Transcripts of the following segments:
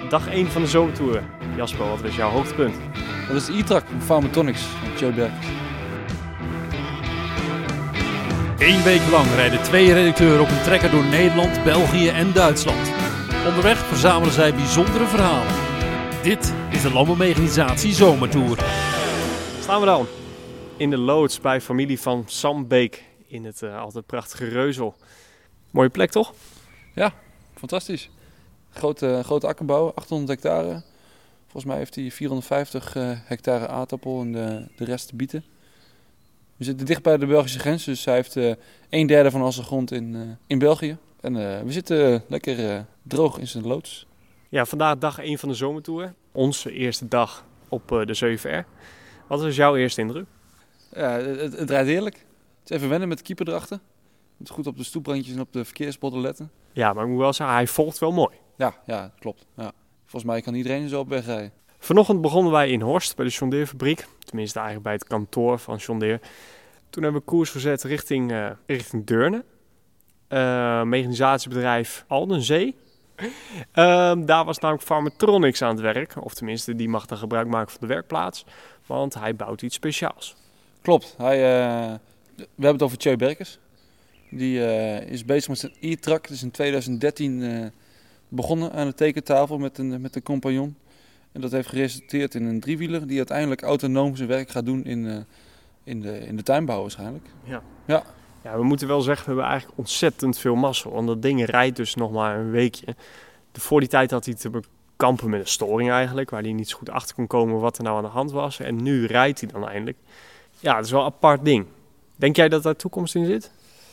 Dag 1 van de zomertour. Jasper, wat was jouw hoogtepunt? Dat is de e-trak van Pharmatonics van Joe Berkers. 1 week lang rijden 2 redacteuren op een trekker door Nederland, België en Duitsland. Onderweg verzamelen zij bijzondere verhalen. Dit is de Landbouwmechanisatie Zomertour. Staan we dan in de loods bij familie van Sam Beek in het altijd prachtige Reuzel. Mooie plek toch? Ja, fantastisch. Grote akkerbouw, 800 hectare. Volgens mij heeft hij 450 hectare aardappel en de rest te bieten. We zitten dicht bij de Belgische grens, dus hij heeft 1/3 van onze grond in België. En we zitten lekker droog in zijn loods. Ja, vandaag dag 1 van de zomertour. Onze eerste dag op de 7R. Wat was jouw eerste indruk? Ja, het rijdt heerlijk. Het is even wennen met de keeper erachter. Je moet goed op de stoeprandjes en op de verkeersborden letten. Ja, maar ik moet wel zeggen, hij volgt wel mooi. Ja, klopt. Ja. Volgens mij kan iedereen zo op weg rijden. Vanochtend begonnen wij in Horst bij de John Deere fabriek. Tenminste eigenlijk bij het kantoor van John Deere. Toen hebben we koers gezet richting Deurne. Mechanisatiebedrijf Aldenzee. Daar was namelijk Pharmatonics aan het werk. Of tenminste, die mag dan gebruik maken van de werkplaats. Want hij bouwt iets speciaals. Klopt. We hebben het over Joe Berkers. Die is bezig met zijn e-trak. Dus in 2013 begonnen aan de tekentafel met een compagnon. En dat heeft geresulteerd in een driewieler die uiteindelijk autonoom zijn werk gaat doen in de tuinbouw waarschijnlijk. Ja, we moeten wel zeggen, we hebben eigenlijk ontzettend veel mazzel. Want dat ding rijdt dus nog maar een weekje. Voor die tijd had hij te bekampen met een storing eigenlijk. Waar hij niet zo goed achter kon komen wat er nou aan de hand was. En nu rijdt hij dan eindelijk. Ja, het is wel een apart ding. Denk jij dat daar toekomst in zit?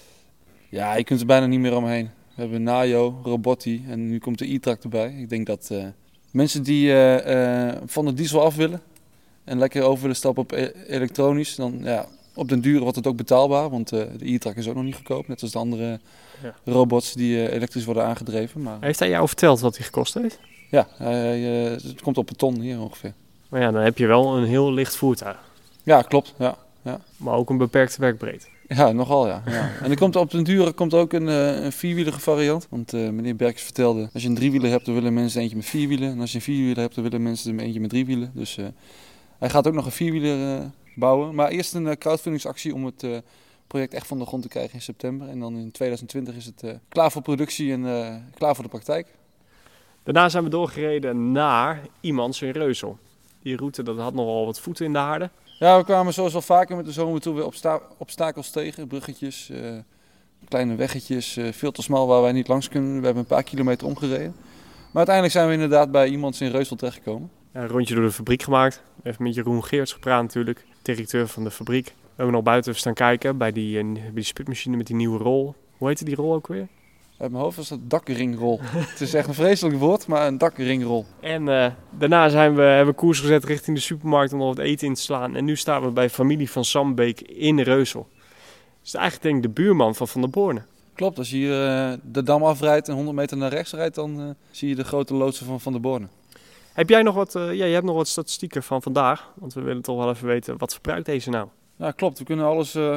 Ja, je kunt er bijna niet meer omheen. We hebben Nayo, Robotti en nu komt de e-trak erbij. Ik denk dat mensen die van de diesel af willen en lekker over willen stappen op elektronisch, dan ja, op den duur wordt het ook betaalbaar. Want de e-trak is ook nog niet goedkoop, net als de andere robots die elektrisch worden aangedreven. Maar heeft hij jou verteld wat hij gekost heeft? Ja, het komt op een ton hier ongeveer. Maar ja, dan heb je wel een heel licht voertuig. Ja, klopt. Ja. Maar ook een beperkte werkbreedte. Ja, nogal ja. En er komt op den duur ook een vierwielige variant. Want meneer Berkers vertelde, als je een driewieler hebt, dan willen mensen eentje met 4 wielen. En als je een vierwieler hebt, dan willen mensen eentje met 3 wielen. Dus hij gaat ook nog een vierwieler bouwen. Maar eerst een crowdfundingsactie om het project echt van de grond te krijgen in september. En dan in 2020 is het klaar voor productie en klaar voor de praktijk. Daarna zijn we doorgereden naar Iemands in Reuzel. Die route dat had nogal wat voeten in de aarde. Ja, we kwamen zoals al vaker met de zomertour weer obstakels tegen. Bruggetjes, kleine weggetjes, veel te smal waar wij niet langs kunnen. We hebben een paar kilometer omgereden. Maar uiteindelijk zijn we inderdaad bij Iemands in Reuzel terechtgekomen. Ja, een rondje door de fabriek gemaakt. Even met Jeroen Geerts gepraat natuurlijk, directeur van de fabriek. We hebben nog buiten even staan kijken bij die spitmachine met die nieuwe rol. Hoe heette die rol ook weer? Uit mijn hoofd was dat dakringrol. Het is echt een vreselijk woord, maar een dakringrol. En daarna hebben we koers gezet richting de supermarkt om nog wat eten in te slaan. En nu staan we bij familie van Sam Beek in Reuzel. Dat is eigenlijk denk ik de buurman van der Borne. Klopt, als je hier de dam afrijdt en 100 meter naar rechts rijdt, dan zie je de grote loodsen van der Borne. Heb jij nog wat, je hebt nog wat statistieken van vandaag? Want we willen toch wel even weten, wat verbruikt deze nou? Ja, klopt. We kunnen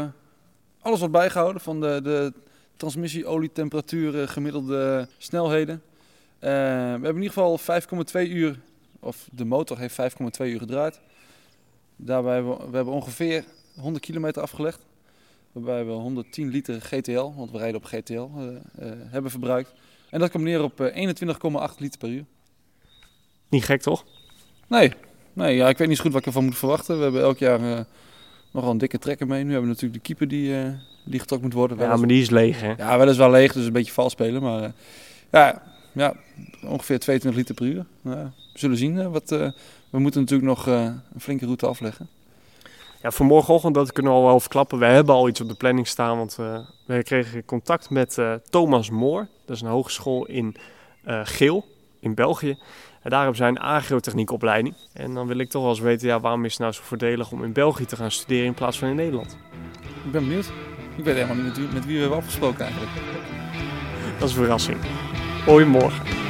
alles wat bijgehouden van de transmissie, olietemperatuur, gemiddelde snelheden. We hebben in ieder geval 5,2 uur, of de motor heeft 5,2 uur gedraaid. Daarbij we hebben ongeveer 100 kilometer afgelegd. Waarbij we 110 liter GTL, want we rijden op GTL, hebben verbruikt. En dat komt neer op 21,8 liter per uur. Niet gek toch? Nee, ja, ik weet niet zo goed wat ik ervan moet verwachten. We hebben elk jaar nogal een dikke trekker mee. Nu hebben we natuurlijk de keeper die getrokken moet worden. Ja, maar die is leeg hè? Ja, weliswaar leeg, dus een beetje vals spelen. Maar ja, ongeveer 22 liter per uur. We zullen zien. We moeten natuurlijk nog een flinke route afleggen. Ja, voor morgenochtend, dat kunnen we al wel verklappen. We hebben al iets op de planning staan, want we kregen contact met Thomas Moor. Dat is een hogeschool in Geel, in België. En daar hebben zij een agrotechniekopleiding. En dan wil ik toch wel eens weten, waarom is het nou zo voordelig om in België te gaan studeren in plaats van in Nederland? Ik ben benieuwd. Ik weet helemaal niet met wie we hebben afgesproken eigenlijk. Dat is een verrassing. Hoi morgen.